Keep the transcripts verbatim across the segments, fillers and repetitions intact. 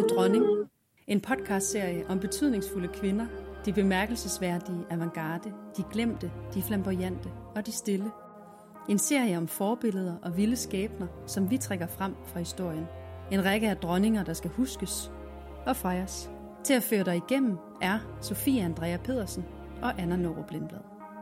til Dronning. En podcastserie om betydningsfulde kvinder, de bemærkelsesværdige avantgarde, de glemte, de flamboyante og de stille. En serie om forbilleder og vilde skæbner, som vi trækker frem fra historien. En række af dronninger, der skal huskes og fejres. Til at føre dig igennem er Sofie Andrea Pedersen og Anna Norup Lindblad.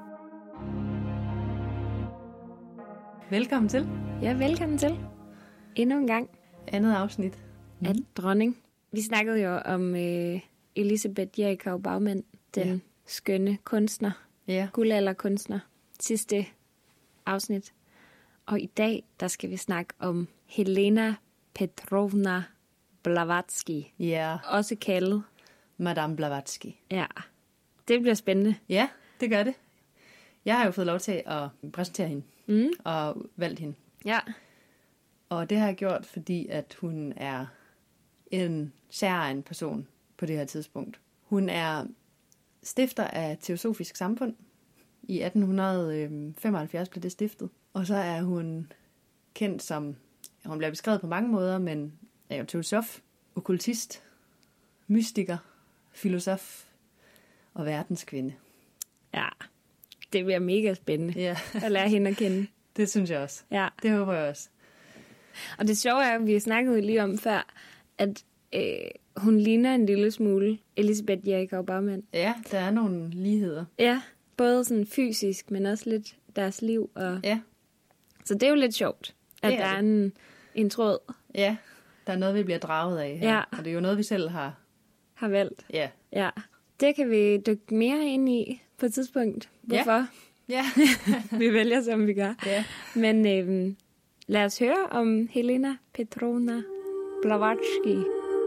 Velkommen til. Ja, velkommen til. Endnu en gang. Andet afsnit. Mm. Af Dronning. Vi snakkede jo om øh, Elisabeth Jerichau Baumann, den ja. skønne kunstner. Ja. Guldalderkunstner. Sidste afsnit. Og i dag, der skal vi snakke om Helena Petrovna Blavatsky. Ja. Også kaldet Madame Blavatsky. Ja. Det bliver spændende. Ja, det gør det. Jeg har jo fået lov til at præsentere hende. Mm. Og valgt hende. Ja. Og det har jeg gjort, fordi at hun er en særegen person på det her tidspunkt. Hun er stifter af Teosofisk Samfund. I atten femoghalvfjerds blev det stiftet. Og så er hun kendt som, hun bliver beskrevet på mange måder, men er jo teosof, okkultist, mystiker, filosof og verdenskvinde. Ja, det bliver mega spændende ja. at lære hende at kende. Det synes jeg også. Ja. Det håber jeg også. Og det sjove er, at vi snakkede lige om før, at øh, hun ligner en lille smule Elisabeth Jerichau Baumann. Ja, der er nogle ligheder. Ja, både sådan fysisk, men også lidt deres liv. Og... Ja. Så det er jo lidt sjovt, at er der er en, en tråd. Ja, der er noget, vi bliver draget af her. Ja. Og det er jo noget, vi selv har... Har valgt. Ja. Ja. Det kan vi dykke mere ind i på et tidspunkt. Hvorfor? Ja. ja. Vi vælger, som vi gør. Ja. Men øh, lad os høre om Helena Petrovna Blavatsky.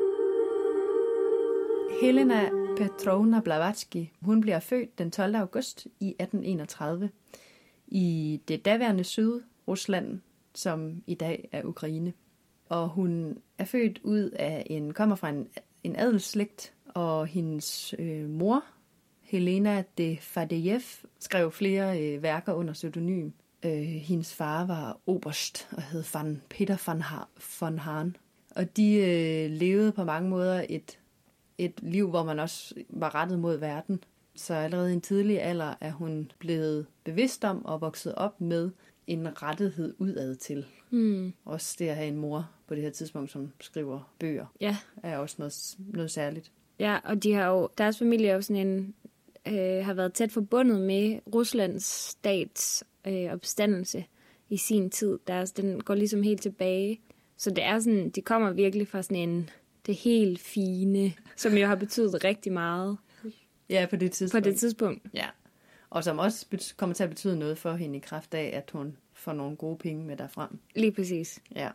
Helena Petrovna Blavatsky, hun bliver født den tolvte august i atten enogtredive i det daværende Sydrusland, som i dag er Ukraine. Og hun er født ud af en, kommer fra en, en adelsslægt, og hendes øh, mor, Helena de Fadejev, skrev flere øh, værker under pseudonym. Øh, hendes far var oberst og hed van Peter van, ha- von Hahn. Og de øh, levede på mange måder et, et liv, hvor man også var rettet mod verden. Så allerede i en tidlig alder er hun blevet bevidst om og vokset op med en rettighed udad til. Mm. Også det at have en mor på det her tidspunkt, som skriver bøger, ja. er også noget, noget særligt. Ja, og de har jo, deres familie er jo sådan en, øh, har været tæt forbundet med Ruslands stats øh, opstandelse i sin tid. Deres, den går ligesom helt tilbage. Så det er sådan, de kommer virkelig fra sådan en, det helt fine, som jo har betydet rigtig meget. Ja, på det tidspunkt. På det tidspunkt. Ja, og som også kommer til at betyde noget for hende i kraft af, at hun får nogle gode penge med derfrem. Lige præcis. Ja.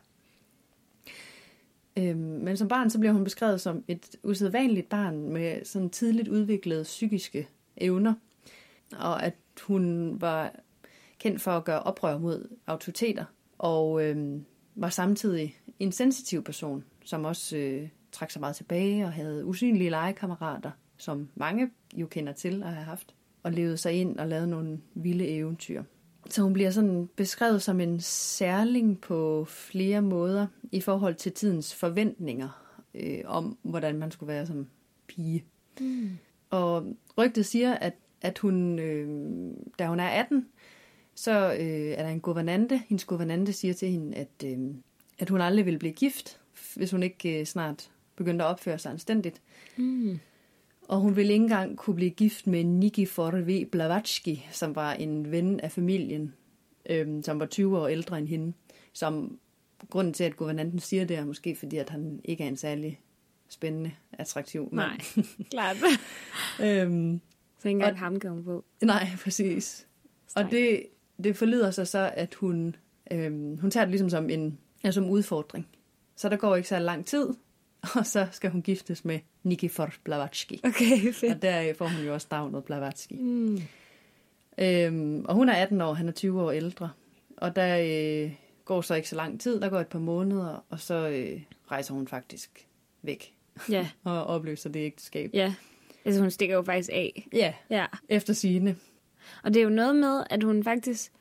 Øhm, men som barn, så bliver hun beskrevet som et usædvanligt barn med sådan tidligt udviklede psykiske evner. Og at hun var kendt for at gøre oprør mod autoriteter. Og øhm, var samtidig en sensitiv person, som også øh, trak sig meget tilbage og havde usynlige legekammerater, som mange jo kender til at have haft, og levede sig ind og lavede nogle vilde eventyr. Så hun bliver sådan beskrevet som en særling på flere måder i forhold til tidens forventninger øh, om, hvordan man skulle være som pige. Mm. Og rygtet siger, at, at hun, øh, da hun er atten, så øh, er der en guvernante. Hendes guvernante siger til hende, at, øh, at hun aldrig vil blive gift, hvis hun ikke øh, snart begyndte at opføre sig anstændigt. Mm. Og hun ville ikke engang kunne blive gift med Nikifor V. Blavatsky, som var en ven af familien, øhm, som var tyve år ældre end hende. Som grunden til, at guvernanten siger det, er måske fordi, at han ikke er en særlig spændende, attraktiv mand. Nej, klart. øhm, Så ikke engang og, ham kan hun på. Nej, præcis. Stræk. Og det, det forlyder sig så, at hun, øhm, hun tager det ligesom som en altså som udfordring. Så der går ikke så lang tid, og så skal hun giftes med Nikifor Blavatsky. Okay, fedt. Og der får hun jo også navnet Blavatsky. Mm. Øhm, og hun er atten år, han er tyve år ældre. Og der øh, går så ikke så lang tid, der går et par måneder, og så øh, rejser hun faktisk væk. Ja. og opløser det ægteskab. Ja, altså hun stikker jo faktisk af. Ja, ja. Efter sigende. Og det er jo noget med, at hun faktisk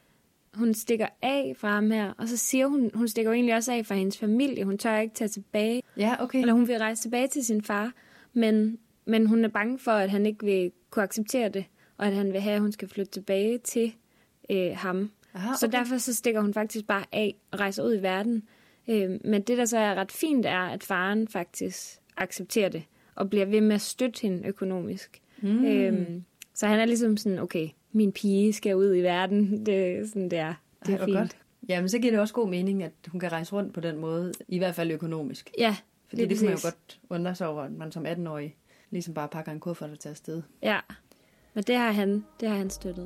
hun stikker af fra ham her, og så siger hun, hun stikker jo egentlig også af fra hendes familie. Hun tør ikke tage tilbage. Ja, okay. Eller hun vil rejse tilbage til sin far, men, men hun er bange for, at han ikke vil kunne acceptere det, og at han vil have, at hun skal flytte tilbage til øh, ham. Aha, okay. Så derfor så stikker hun faktisk bare af og rejser ud i verden. Øh, men det, der så er ret fint, er, at faren faktisk accepterer det, og bliver ved med at støtte hende økonomisk. Mm. Øh, så han er ligesom sådan, okay, min pige skal ud i verden. Det er sådan, det er. Det er Ej, fint. Godt. Ja, men så giver det også god mening, at hun kan rejse rundt på den måde, i hvert fald økonomisk. Ja, fordi det kan man jo godt undre sig over, at man som atten-årig ligesom bare pakker en kuffert og tager afsted. Ja, men det har han, det har han støttet.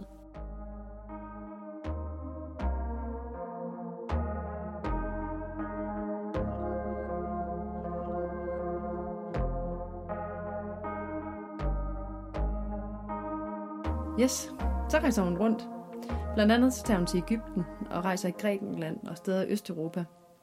Yes, så rejser hun rundt. Blandt andet så tager hun til Egypten og rejser i Grækenland og steder i Østeuropa.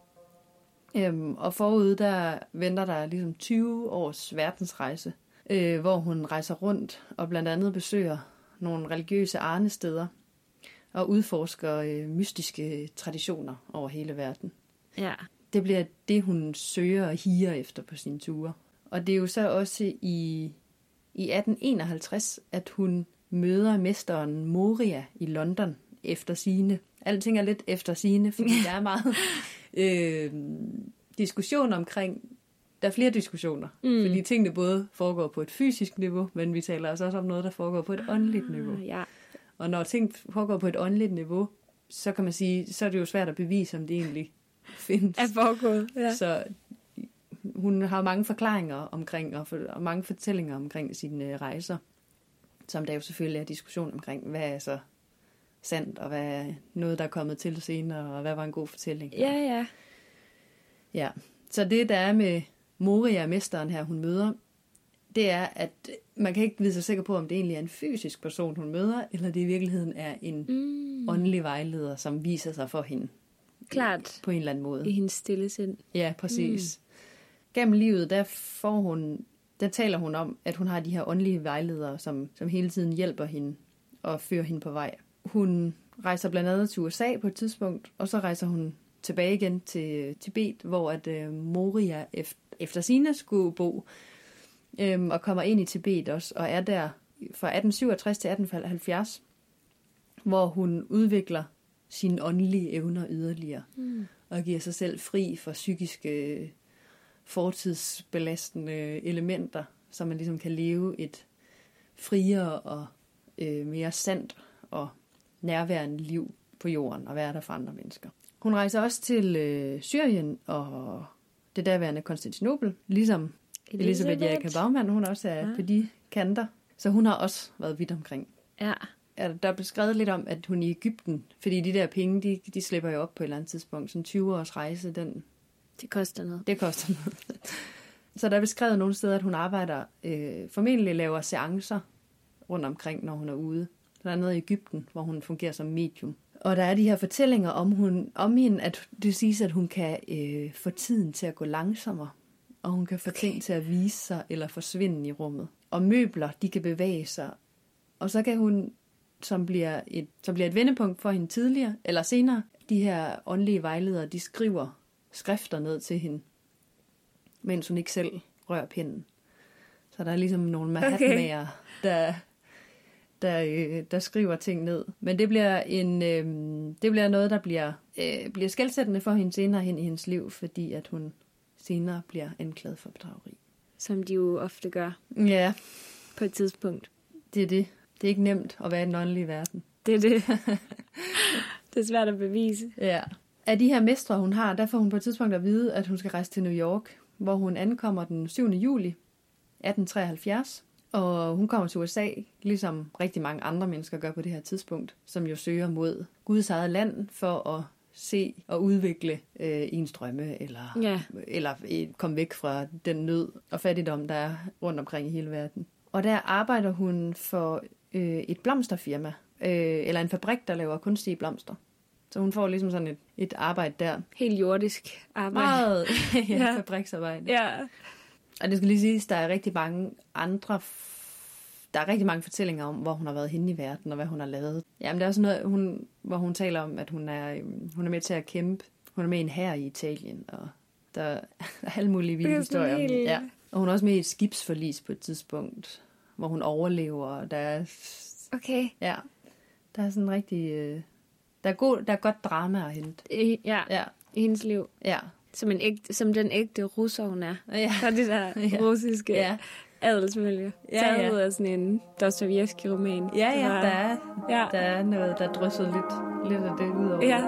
Øhm, og forud der venter der ligesom tyve års verdensrejse, øh, hvor hun rejser rundt og blandt andet besøger nogle religiøse arnesteder og udforsker øh, mystiske traditioner over hele verden. Ja. Det bliver det, hun søger og higer efter på sine ture. Og det er jo så også i, i atten enoghalvtreds, at hun møder mesteren Moria i London efter sigende. Alting er lidt efter sigende, fordi der er meget øh, diskussion omkring. Der er flere diskussioner, mm. fordi tingene både foregår på et fysisk niveau, men vi taler altså også om noget, der foregår på et åndeligt niveau. Ah, ja. Og når ting foregår på et åndeligt niveau, så kan man sige, så er det jo svært at bevise, om det egentlig findes. Er foregået, ja. Så hun har mange forklaringer omkring, og, for, og mange fortællinger omkring sine rejser, som der jo selvfølgelig er diskussion omkring, hvad er så sandt, og hvad er noget, der er kommet til senere, og hvad var en god fortælling. Ja, ja. Ja, så det, der er med Moria, mesteren her, hun møder, det er, at man kan ikke vide sig sikker på, om det egentlig er en fysisk person, hun møder, eller det i virkeligheden er en mm. åndelig vejleder, som viser sig for hende. Klart. På en eller anden måde. I hendes stille sind. Ja, præcis. Mm. Gennem livet, der får hun, der taler hun om, at hun har de her åndelige vejledere, som, som hele tiden hjælper hende og fører hende på vej. Hun rejser blandt andet til U S A på et tidspunkt, og så rejser hun tilbage igen til Tibet, hvor at uh, Moria efter, efter sine skulle bo, um, og kommer ind i Tibet også, og er der fra atten syvogtres til atten halvfjerds, hvor hun udvikler sine åndelige evner yderligere, mm. og giver sig selv fri for psykiske fortidsbelastende elementer, så man ligesom kan leve et friere og øh, mere sandt og nærværende liv på jorden og være der for andre mennesker. Hun rejser også til øh, Syrien og det derværende Konstantinopel, ligesom Elisabeth Erika Baumann, hun også er ja. på de kanter. Så hun har også været vidt omkring. Ja. Der er beskrevet lidt om, at hun i Egypten, fordi de der penge, de, de slipper jo op på et eller andet tidspunkt. Sådan tyve års rejse, den... Det koster noget. Det koster noget. Så der er beskrevet nogle steder, at hun arbejder, øh, formentlig laver seancer rundt omkring, når hun er ude. Der er noget i Egypten, hvor hun fungerer som medium. Og der er de her fortællinger om, hun, om hende, at det siges, at hun kan øh, få tiden til at gå langsommere. Og hun kan få okay. ting til at vise sig eller forsvinde i rummet. Og møbler, de kan bevæge sig. Og så kan hun, som bliver et, som bliver et vendepunkt for hende tidligere, eller senere, de her åndelige vejledere, de skriver skrifter ned til hende, mens hun ikke selv rører pinden. Så der er ligesom nogle mahatmaer, okay. der, der, øh, der skriver ting ned. Men det bliver, en, øh, det bliver noget, der bliver, øh, bliver skelsættende for hende senere hen i hendes liv, fordi at hun senere bliver anklaget for bedrageri. Som de jo ofte gør. Ja. På et tidspunkt. Det er det. Det er ikke nemt at være i den åndelige verden. Det er det. Det er svært at bevise. Ja. Af de her mestre, hun har, der får hun på et tidspunkt at vide, at hun skal rejse til New York, hvor hun ankommer den syvende juli atten treoghalvfjerds. Og hun kommer til U S A, ligesom rigtig mange andre mennesker gør på det her tidspunkt, som jo søger mod Guds eget land for at se og udvikle øh, ens drømme, eller, ja. eller komme væk fra den nød og fattigdom, der er rundt omkring i hele verden. Og der arbejder hun for øh, et blomsterfirma, øh, eller en fabrik, der laver kunstige blomster. Så hun får ligesom sådan et, et arbejde der. Helt jordisk arbejde. Meget ja, ja. fabriksarbejde. Ja. Og det skal lige siges, der er rigtig mange andre f- der er rigtig mange fortællinger om, hvor hun har været henne i verden, og hvad hun har lavet. Jamen, der er også noget, hun, hvor hun taler om, at hun er, hun er med til at kæmpe. Hun er med i en hær i Italien, og der er alle mulige vilde historier. Helt... Ja. Og hun er også med i et skibsforlis på et tidspunkt, hvor hun overlever, og der er... Okay. Ja, der er sådan rigtig... Øh, der, er god, der er godt drama at hente. I, ja, ja, i hendes liv. Ja. Som, en ægte, som den ægte russer, hun er. Ja. Fra det der ja. russiske ja. adelsmølge. Ja, taget ja. ud af sådan en Dostojevskij-roman. Ja, ja, var, der er, ja, der er noget, der drysser lidt, lidt af det ud over. Ja.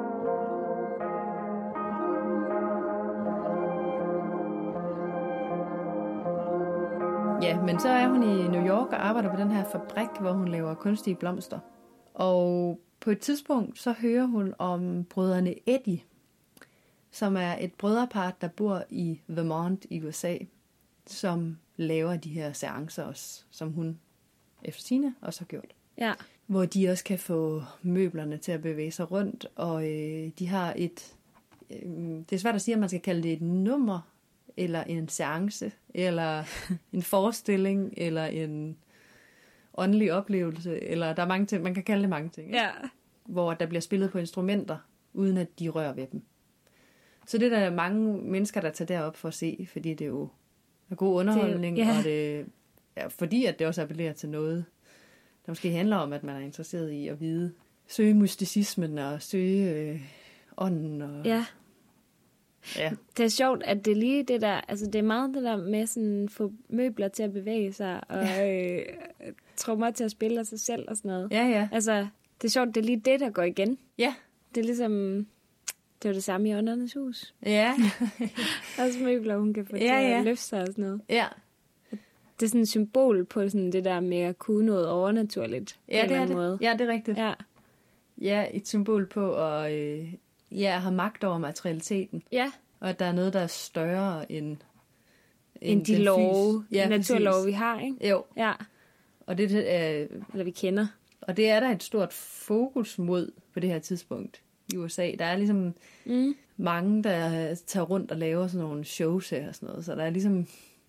Ja, men så er hun i New York og arbejder på den her fabrik, hvor hun laver kunstige blomster. Og på et tidspunkt, så hører hun om brødrene Eddy, som er et brødrepar, der bor i Vermont i U S A, som laver de her seancer også, som hun efter sine også har gjort. Ja. Hvor de også kan få møblerne til at bevæge sig rundt, og øh, de har et... Øh, det er svært at sige, om man skal kalde det et nummer, eller en seance, eller en forestilling, eller en åndelig oplevelse, eller der er mange ting, man kan kalde det mange ting, ja. Hvor der bliver spillet på instrumenter, uden at de rører ved dem. Så det er der mange mennesker, der tager derop for at se, fordi det er jo er god underholdning, det, ja. Og det, ja, fordi at det også appellerer til noget, der måske handler om, at man er interesseret i at vide, søge mysticismen og søge øh, ånden. Og, ja. Ja. Det er sjovt, at det lige det der, altså det er meget det der med sådan få møbler til at bevæge sig, og ja. øh, trommer til at spille af sig selv og sådan noget. Ja, ja. Altså, det er sjovt, det er lige det, der går igen. Ja. Det er ligesom, det er det samme i Åndernes Hus. Ja. Også møbler, hun kan få ja, til at ja. løfte sig og sådan noget. Ja. Det er sådan et symbol på sådan det der med at kunne noget overnaturligt. Ja, det er det. Måde. Ja, det er rigtigt. Ja. Ja, et symbol på at øh, ja, have magt over materialiteten. Ja. Og at der er noget, der er større end, end de love, ja, naturlove, vi har, ikke? Jo. Ja. Og det, øh, eller vi kender. Og det er der et stort fokus mod på det her tidspunkt i U S A. Der er ligesom mm. mange, der tager rundt og laver sådan nogle shows her og sådan noget. Så der er ligesom...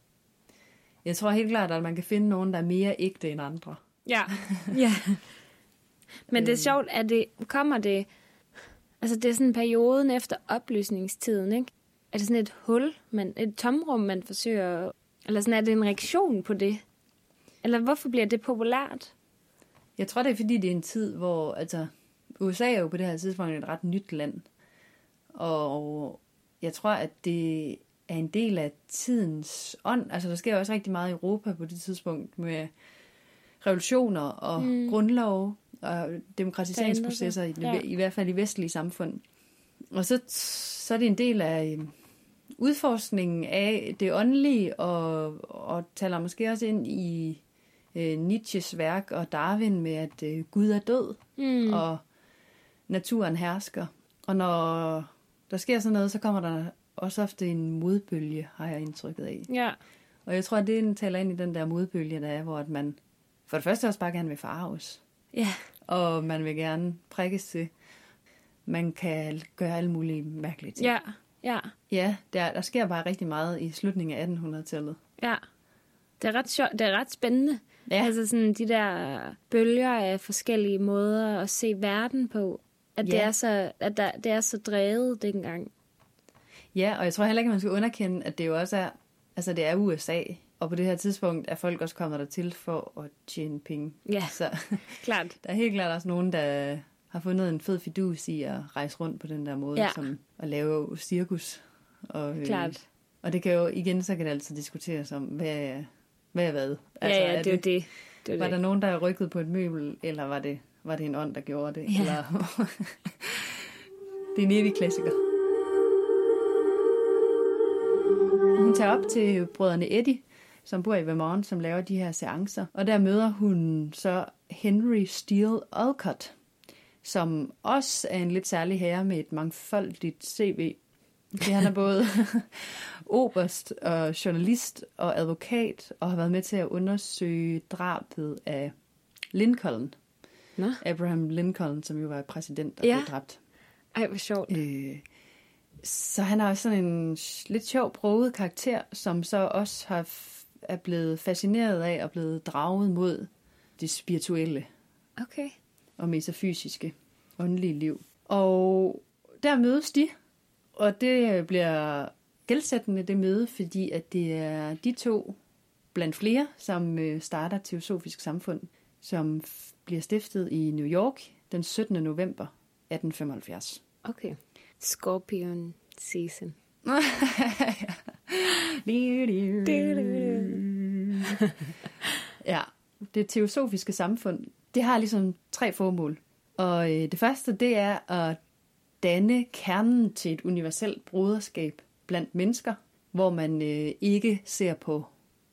Jeg tror helt klart, at man kan finde nogen, der er mere ægte end andre. Ja, ja. Men det er sjovt, at det kommer det... Altså, det er sådan perioden efter oplysningstiden, ikke? Er det sådan et hul, man, et tomrum, man forsøger... Eller sådan, er det en reaktion på det? Eller hvorfor bliver det populært? Jeg tror, det er fordi, det er en tid, hvor... Altså, U S A er jo på det her tidspunkt et ret nyt land. Og jeg tror, at det er en del af tidens ånd. Altså, der sker også rigtig meget i Europa på det tidspunkt med revolutioner og mm. grundlov og demokratiseringsprocesser, i, ja. i hvert fald i vestlige samfund. Og så, så er det en del af udforskningen af det åndelige, og, og taler måske også ind i øh, Nietzsches værk og Darwin med, at øh, Gud er død, mm. og naturen hersker. Og når der sker sådan noget, så kommer der også ofte en modbølge, har jeg indtrykket af. Ja. Og jeg tror, at det taler ind i den der modbølge, der er, hvor at man for det første også bare gerne vil forarves. Ja. Og man vil gerne prikkes til. Man kan gøre alle mulige mærkelige ting. Ja, ja. Ja, der, der sker bare rigtig meget i slutningen af attenhundredetallet. Ja. Det er ret sjovt, det er ret spændende. Ja. Altså sådan de der bølger af forskellige måder at se verden på. At, ja. det, er så, at der, det er så drevet dengang. Ja, og jeg tror heller ikke, at man skal underkende, at det jo også er, altså det er U S A, og på det her tidspunkt er folk også kommet der til for at tjene penge. Ja, så klart. Der er helt klart også nogen, der har fundet en fed fidus i at rejse rundt på den der måde, ja. Som at lave cirkus. Og, klart. Øh, og det kan jo, igen, så kan det altid diskuteres om, hvad, hvad er hvad. Altså, ja, ja, det er det, det. det, var det. der nogen, der rykkede på et møbel, eller var det, var det en ånd, der gjorde det? Ja. Eller, det er en evig klassiker. Hun tager op til brødrene Eddy, som bor i Vermont, som laver de her seancer. Og der møder hun så Henry Steele Olcott, som også er en lidt særlig herre med et mangfoldigt C V. Det han er både oberst og journalist og advokat, og har været med til at undersøge drabet af Lincoln. Nå? Abraham Lincoln, som jo var præsident og ja. blev dræbt. Ej, hvor sjovt. Øh, så han er også sådan en lidt sjov broget karakter, som så også har er blevet fascineret af og blevet draget mod det spirituelle. Okay. Og metafysiske, åndelige liv. Og der mødes de, og det bliver gældsættende det møde, fordi at det er de to blandt flere, som starter Teosofisk Samfund, som bliver stiftet i New York den syttende november atten femoghalvfjerds. Okay. Scorpion season. Ja, det Teosofiske Samfund, det har ligesom tre formål. Og øh, det første, det er at danne kernen til et universelt broderskab blandt mennesker, hvor man øh, ikke ser på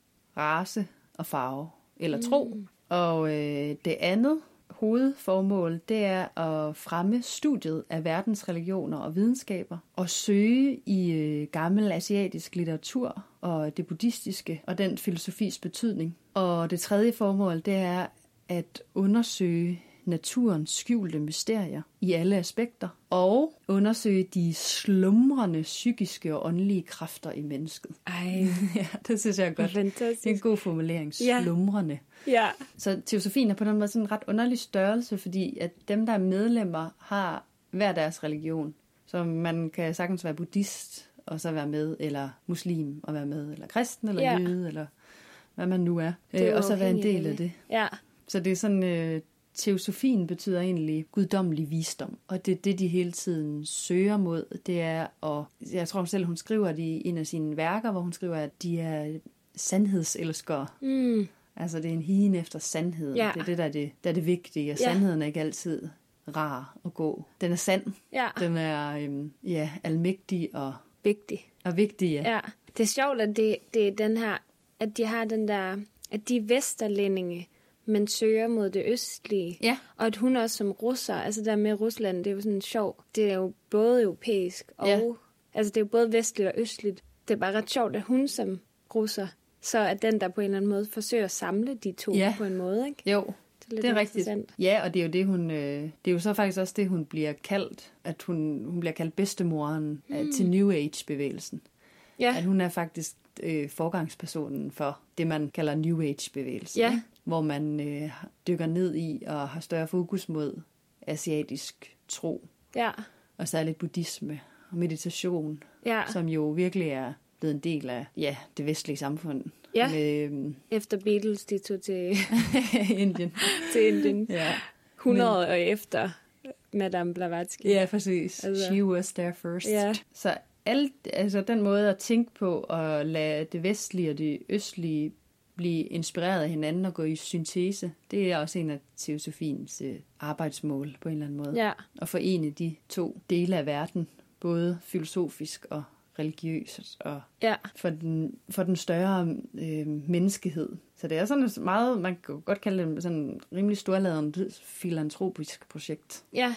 race og farve eller tro. Mm. Og øh, det andet hovedformål, det er at fremme studiet af verdens religioner og videnskaber, og søge i øh, gammel asiatisk litteratur og det buddhistiske og den filosofis betydning. Og det tredje formål, det er at undersøge naturens skjulte mysterier i alle aspekter, og undersøge de slumrende psykiske og åndelige kræfter i mennesket. Ej, ja, det synes jeg er godt. Fantastisk. Det er en god formulering. Slumrende. Ja. Så teosofien er på den måde sådan en ret underlig størrelse, fordi at dem, der er medlemmer, har hver deres religion. Så man kan sagtens være buddhist og så være med, eller muslim og være med, eller kristen, eller ja. jøde, eller hvad man nu er. er og så være en del af det. Ja. Så det er sådan... Øh, Teosofien betyder egentlig guddommelig visdom, og det er det, de hele tiden søger mod. Det er, og jeg tror selv, hun skriver det i en af sine værker, hvor hun skriver, at de er sandhedselskere. Mm. Altså, det er en higen efter sandheden. Ja. Det er det, der er det, der er det vigtige, og ja. Sandheden er ikke altid rar at gå. Den er sand. Ja. Den er øhm, ja, almægtig og vigtig. Og vigtig, ja. Ja. Det er sjovt, at det, det er den her, at de har den der, at de er vesterlændinge, men søger mod det østlige. Ja. Og at hun også som russer, altså der med Rusland, det er jo sådan sjovt. Det er jo både europæisk og, ja. Altså det er jo både vestligt og østligt. Det er bare ret sjovt, at hun som russer, så er den, der på en eller anden måde forsøger at samle de to ja. På en måde, ikke? Jo, det er, det er rigtigt. Ja, og det er jo det, hun, øh, det er jo så faktisk også det, hun bliver kaldt, at hun, hun bliver kaldt bedstemoren mm. til New Age-bevægelsen. Ja. At hun er faktisk øh, forgangspersonen for det, man kalder New Age-bevægelsen. Ja. Hvor man øh, dykker ned i og har større fokus mod asiatisk tro. Ja. Og særligt buddhisme og meditation, ja. Som jo virkelig er blevet en del af ja, det vestlige samfund. Ja, med, efter Beatles, de tog til Indien. til Indien. Ja. hundrede år efter Madame Blavatsky. Ja, præcis. Altså. She was there first. Ja. Så alt, altså den måde at tænke på at lade det vestlige og det østlige blive inspireret af hinanden og gå i syntese, det er også en af teosofiens øh, arbejdsmål på en eller anden måde. Ja. At forene de to dele af verden, både filosofisk og religiøst, og ja. for, den, for den større øh, menneskehed. Så det er sådan meget, man kan godt kalde det sådan en rimelig storladen filantropisk projekt. Ja.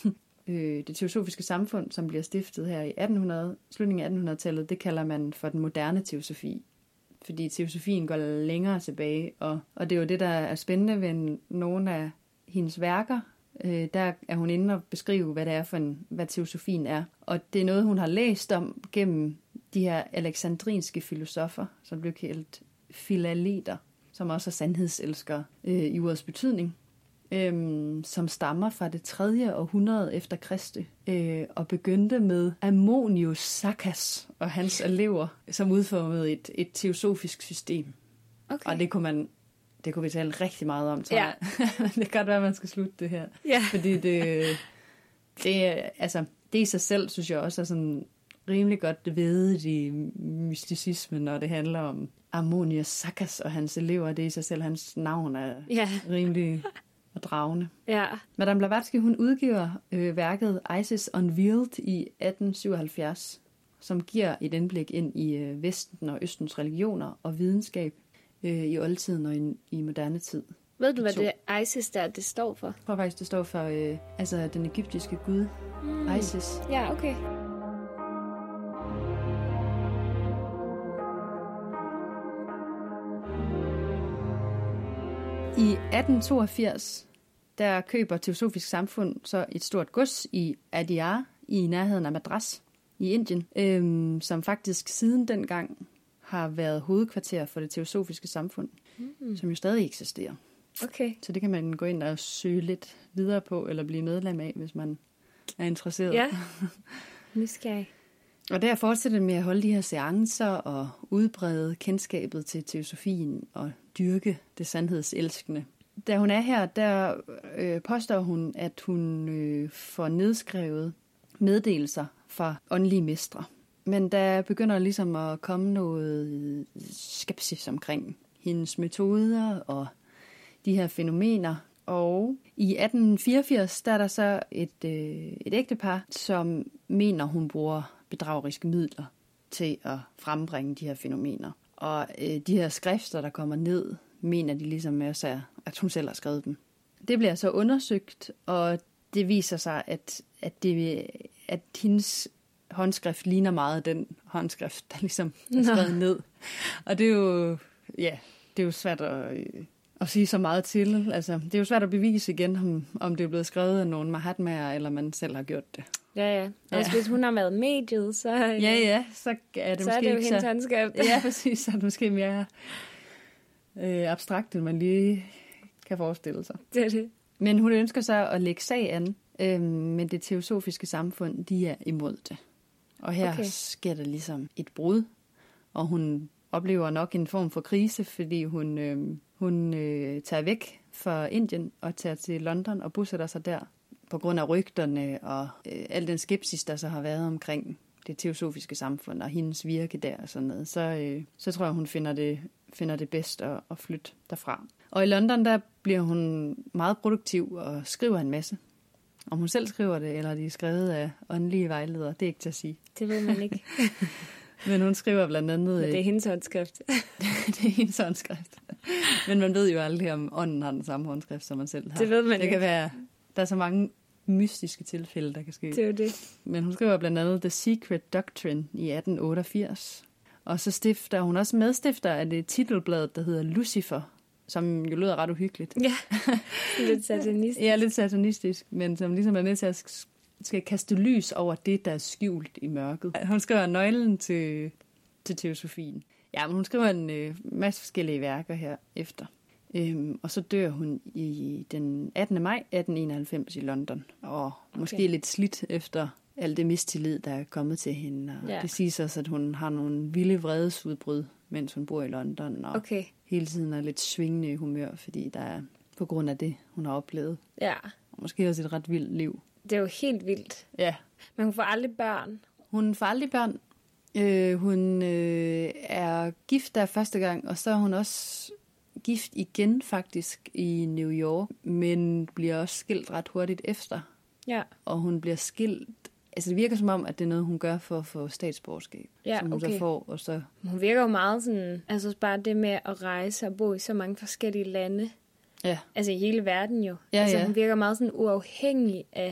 øh, det teosofiske samfund, som bliver stiftet her i atten hundrede, slutningen af attenhundredetallet, det kalder man for den moderne teosofi. Fordi teosofien går længere tilbage, og, og det er jo det, der er spændende ved nogle af hendes værker. Øh, der er hun inde og beskrive, hvad det er for en, hvad teosofien er. Og det er noget, hun har læst om gennem de her alexandrinske filosofer, som blev kaldt filaleter, som også er sandhedselskere øh, i ordets betydning, øh, som stammer fra det tredje århundrede efter Kristi, øh, og begyndte med Ammonius Saccas og hans elever, som udformede et, et teosofisk system. Okay. Og det kunne man Det kunne vi tale rigtig meget om, tror ja. jeg. Det kan godt være, at man skal slutte det her. Ja. Fordi det, det, altså, det i sig selv, synes jeg også er sådan rimelig godt vedet i mysticismen, når det handler om Ammonius Saccas og hans elever. Det i sig selv, hans navn er ja. rimelig dragende. Ja. Madame Blavatsky, hun udgiver øh, værket Isis Unveiled i atten syvoghalvfjerds, som giver et indblik ind i øh, Vesten og Østens religioner og videnskab i oldtiden og i, i moderne tid. Ved du, hvad det Isis der, det står for? Jeg tror faktisk, det står for øh, altså den egyptiske gud, mm. Isis. Ja, okay. I atten toogfirs, der køber Teosofisk Samfund så et stort gods i Adyar, i nærheden af Madras, i Indien, øhm, som faktisk siden dengang har været hovedkvarter for det teosofiske samfund, mm. som jo stadig eksisterer. Okay. Så det kan man gå ind og søge lidt videre på, eller blive medlem af, hvis man er interesseret. Ja, nysgerrig. Og der fortsætter med at holde de her seancer og udbrede kendskabet til teosofien og dyrke det sandhedselskende. Da hun er her, der øh, påstår hun, at hun øh, får nedskrevet meddelelser fra åndelige mestre. Men der begynder ligesom at komme noget skepsis omkring hendes metoder og de her fænomener. Og i atten fireogfirs, der er der så et, øh, et ægtepar, som mener, hun bruger bedrageriske midler til at frembringe de her fænomener. Og øh, de her skrifter, der kommer ned, mener de ligesom også, at hun selv har skrevet dem. Det bliver så undersøgt, og det viser sig, at, at, det, at hendes håndskrift ligner meget den håndskrift, der ligesom er skrevet Nå. ned. Og det er jo, ja, det er jo svært at, at sige så meget til. Altså, det er jo svært at bevise igen, om, om det er blevet skrevet af nogle mahatmaer, eller man selv har gjort det. Ja, ja. Og ja. Hvis hun har været mediet, så, ja, ja, så er det så måske er det jo ikke hendes så... håndskrift. Ja, præcis. Så er det måske mere øh, abstrakt, end man lige kan forestille sig. Det er det. Men hun ønsker så at lægge sag an, øh, men det teosofiske samfund, de er imod det. Og her okay. sker der ligesom et brud, og hun oplever nok en form for krise, fordi hun, øh, hun øh, tager væk fra Indien og tager til London og bosætter sig der. På grund af rygterne og øh, al den skepsis, der så har været omkring det teosofiske samfund og hendes virke der og sådan noget, så, øh, så tror jeg, hun finder det, finder det bedst at, at flytte derfra. Og i London, der bliver hun meget produktiv og skriver en masse. Om hun selv skriver det, eller de er skrevet af åndelige vejledere, det er ikke til at sige. Det ved man ikke. Men hun skriver blandt andet... Men det er hendes håndskrift. Det er hendes håndskrift. Men man ved jo aldrig, om ånden har den samme håndskrift, som man selv har. Det ved man det ikke. Kan være, der er så mange mystiske tilfælde, der kan ske. Det er jo det. Men hun skriver blandt andet The Secret Doctrine i atten otteogfirs. Og så stifter hun også medstifter af det titelblad, der hedder Lucifer, som jo lyder ret uhyggeligt. Ja, lidt satanistisk. Ja, lidt satanistisk, men som ligesom er med til at skal kaste lys over det, der er skjult i mørket. Hun skriver nøglen til, til teosofien. Ja, men hun skriver en øh, masse forskellige værker her efter. Øhm, og så dør hun i den attende maj atten enoghalvfems i London. Og okay. måske lidt slidt efter alt det mistillid, der er kommet til hende. Og ja. Det siges også, at hun har nogle vilde vredesudbrud, mens hun bor i London. Og okay. hele tiden er lidt svingende i humør, fordi der er på grund af det, hun har oplevet. Ja. Og måske også et ret vildt liv. Det er jo helt vildt. Ja. Men hun får aldrig børn. Hun får aldrig børn. Øh, hun øh, er gift der første gang, og så er hun også gift igen faktisk i New York, men bliver også skilt ret hurtigt efter. Ja. Og hun bliver skilt. Altså det virker som om, at det er noget, hun gør for at få statsborgerskab, ja, som hun okay. så får. Og så... Hun virker jo meget sådan, altså bare det med at rejse og bo i så mange forskellige lande. Ja. Altså i hele verden jo. Ja, altså ja. hun virker meget sådan uafhængig af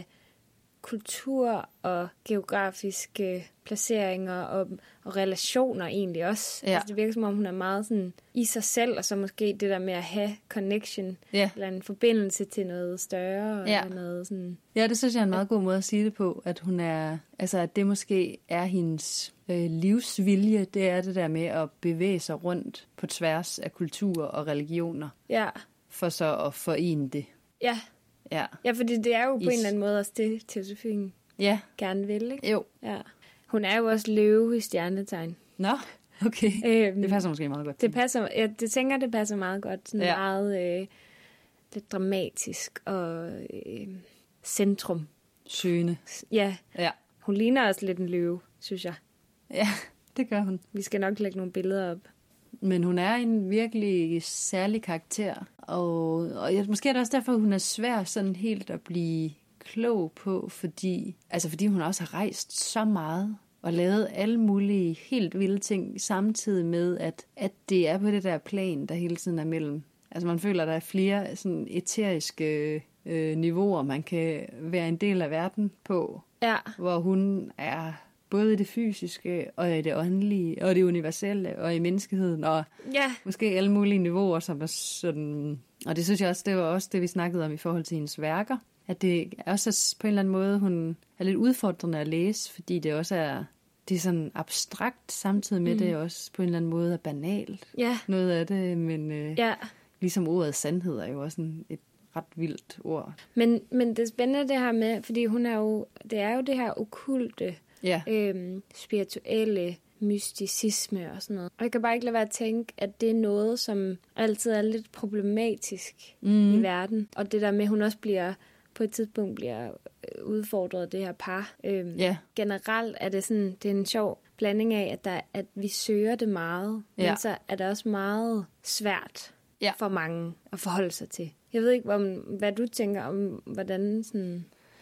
kultur og geografiske placeringer og, og relationer egentlig også. Ja. Altså det virker som om, hun er meget sådan i sig selv, og så måske det der med at have connection, ja. eller en forbindelse til noget større. Ja. Eller noget sådan. Ja, det synes jeg er en meget god måde at sige det på, at hun er, altså at det måske er hendes øh, livsvilje, det er det der med at bevæge sig rundt på tværs af kulturer og religioner, ja. for så at forene det. Ja. Ja. Ja, fordi det er jo på I... en eller anden måde også det, teosofien ja. gerne vil, ikke? Jo. Ja. Hun er jo også løve i stjernetegn. Nå, okay. Øhm, det passer måske meget godt. Det passer, jeg det tænker, det passer meget godt. Sådan ja. meget øh, lidt dramatisk og øh, centrum. Søgende. Ja. ja. Hun ligner også lidt en løve, synes jeg. Ja, det gør hun. Vi skal nok lægge nogle billeder op. Men hun er en virkelig særlig karakter, og, og jeg, måske er det også derfor, hun er svær sådan helt at blive klog på, fordi, altså fordi hun også har rejst så meget og lavet alle mulige helt vilde ting, samtidig med, at, at det er på det der plan, der hele tiden er mellem. Altså man føler, at der er flere sådan eteriske øh, niveauer, man kan være en del af verden på, ja. hvor hun er både i det fysiske, og i det åndelige, og det universelle, og i menneskeheden, og ja. måske alle mulige niveauer, som er sådan... Og det synes jeg også, det var også det, vi snakkede om i forhold til hendes værker. At det også er på en eller anden måde, hun er lidt udfordrende at læse, fordi det også er det er sådan abstrakt, samtidig med mm. det også på en eller anden måde er banalt. Ja. Noget af det, men øh, Ja. ligesom ordet sandhed er jo også en, et ret vildt ord. Men, men det er spændende det her med, fordi hun er jo, det er jo det her okkulte, Ja. øhm, spirituelle, mysticisme og sådan noget. Og jeg kan bare ikke lade være at tænke, at det er noget, som altid er lidt problematisk mm. i verden. Og det der med, at hun også bliver på et tidspunkt bliver udfordret af det her par. Øhm, Ja. Generelt er det sådan, det er en sjov blanding af, at, der, at vi søger det meget, Ja. men så er det også meget svært Ja. for mange at forholde sig til. Jeg ved ikke, om, hvad du tænker om, hvordan sådan,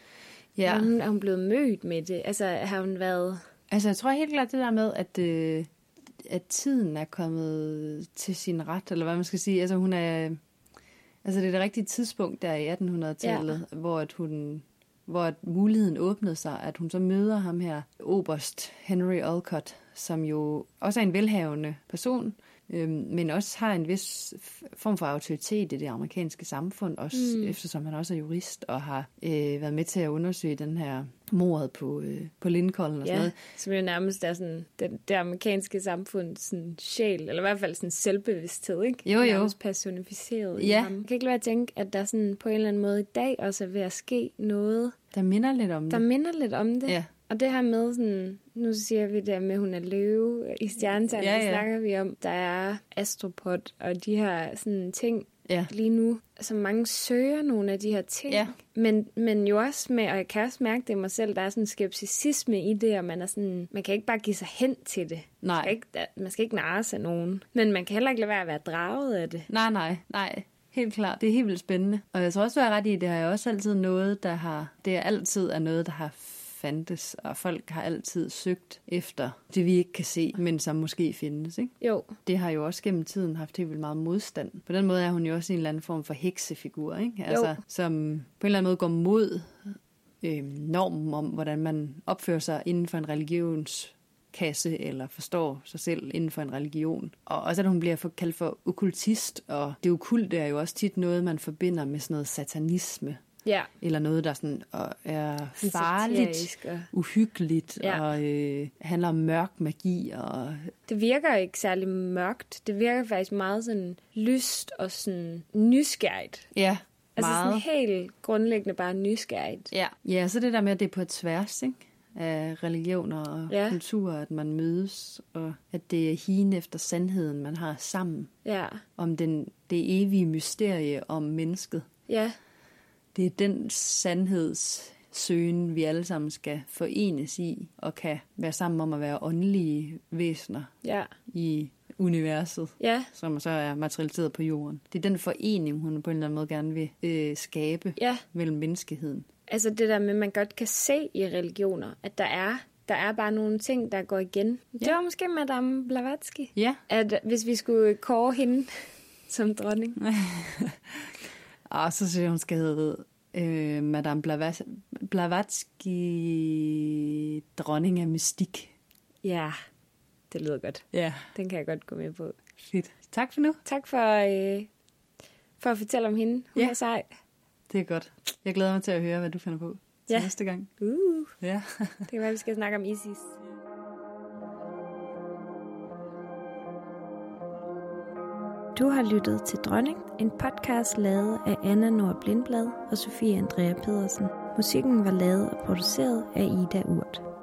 Ja. hvordan er hun blevet mødt med det? Altså, har hun været... Altså, jeg tror helt klart det der med, at, øh, at tiden er kommet til sin ret, eller hvad man skal sige. Altså, hun er... Altså, det er det rigtige tidspunkt der i attenhundredetallet, ja. hvor, at hun, hvor at muligheden åbnede sig, at hun så møder ham her, oberst Henry Olcott, som jo også er en velhavende person, øhm, men også har en vis form for autoritet i det amerikanske samfund, også mm. eftersom han også er jurist og har øh, været med til at undersøge den her mordet på, øh, på Lincoln og sådan Ja, noget. som jo nærmest er sådan, det, det amerikanske samfund sådan sjæl, eller i hvert fald sådan selvbevidsthed, ikke? Jo, jo. Nærmest personificeret i Ja. ham. Jeg kan ikke lade være at tænke, at der sådan på en eller anden måde i dag også er ved at ske noget, Der minder lidt om der det. minder lidt om det. Ja. Og det her med sådan, nu siger vi det med, at hun er løve i stjernetegn, Ja, ja, ja. ja. snakker vi om, der er astropod og de her sådan ting Ja. lige nu, som mange søger nogle af de her ting. Ja. Men, men jo også med, og jeg kan også mærke det i mig selv, der er sådan en skepticisme i det, og man er sådan, man kan ikke bare give sig hen til det. Nej. Man skal ikke, man skal ikke narres af nogen. Men man kan heller ikke lade være at være draget af det. Nej, nej, nej. Helt klart. Det er helt vildt spændende. Og jeg tror også, du er ret i, det har jo også altid noget, der har... Det er altid er noget, der har fandtes, og folk har altid søgt efter det, vi ikke kan se, men som måske findes, ikke? Jo. Det har jo også gennem tiden haft helt vildt meget modstand. På den måde er hun jo også en eller anden form for heksefigur, ikke? Altså, som på en eller anden måde går mod øh, normen om, hvordan man opfører sig inden for en religionskasse, eller forstår sig selv inden for en religion. Og også at hun bliver for, kaldt for okkultist, og det okulte er jo også tit noget, man forbinder med sådan noget satanisme. Ja. Eller noget, der sådan, og er farligt, og... uhyggeligt, Ja. og øh, handler om mørk magi. Og... Det virker ikke særlig mørkt. Det virker faktisk meget sådan lyst og sådan nysgerrigt. Ja, Altså meget. sådan helt grundlæggende bare nysgerrigt. Ja. Ja, så det der med, at det er på et tværs, ikke? Af religioner og Ja. kulturer, at man mødes, og at det er higen efter sandheden, man har sammen. Ja. Om den, det evige mysterie om mennesket. Ja. Det er den sandhedssøgen, vi alle sammen skal forenes i, og kan være sammen om at være åndelige væsener Ja. i universet, Ja. som så er materialiseret på jorden. Det er den forening, hun på en eller anden måde gerne vil øh, skabe Ja. mellem menneskeheden. Altså det der med, at man godt kan se i religioner, at der er, der er bare nogle ting, der går igen. Ja. Det var måske Madame Blavatsky. Ja. At hvis vi skulle kåre hende som dronning. Og så synes jeg, hun skal hedde øh, Madame Blavatsky, Blavatsky, dronning af mystik. Ja, det lyder godt. Ja. Den kan jeg godt gå med på. Fedt. Tak for nu. Tak for, øh, for at fortælle om hende. Hun Ja. er sej. Det er godt. Jeg glæder mig til at høre, hvad du finder på til Ja. næste gang. Uh, Ja. det kan være, vi skal snakke om Isis. Du har lyttet til Dronning, en podcast lavet af Anna Nord Blindblad og Sofie Andrea Pedersen. Musikken var lavet og produceret af Ida Urt.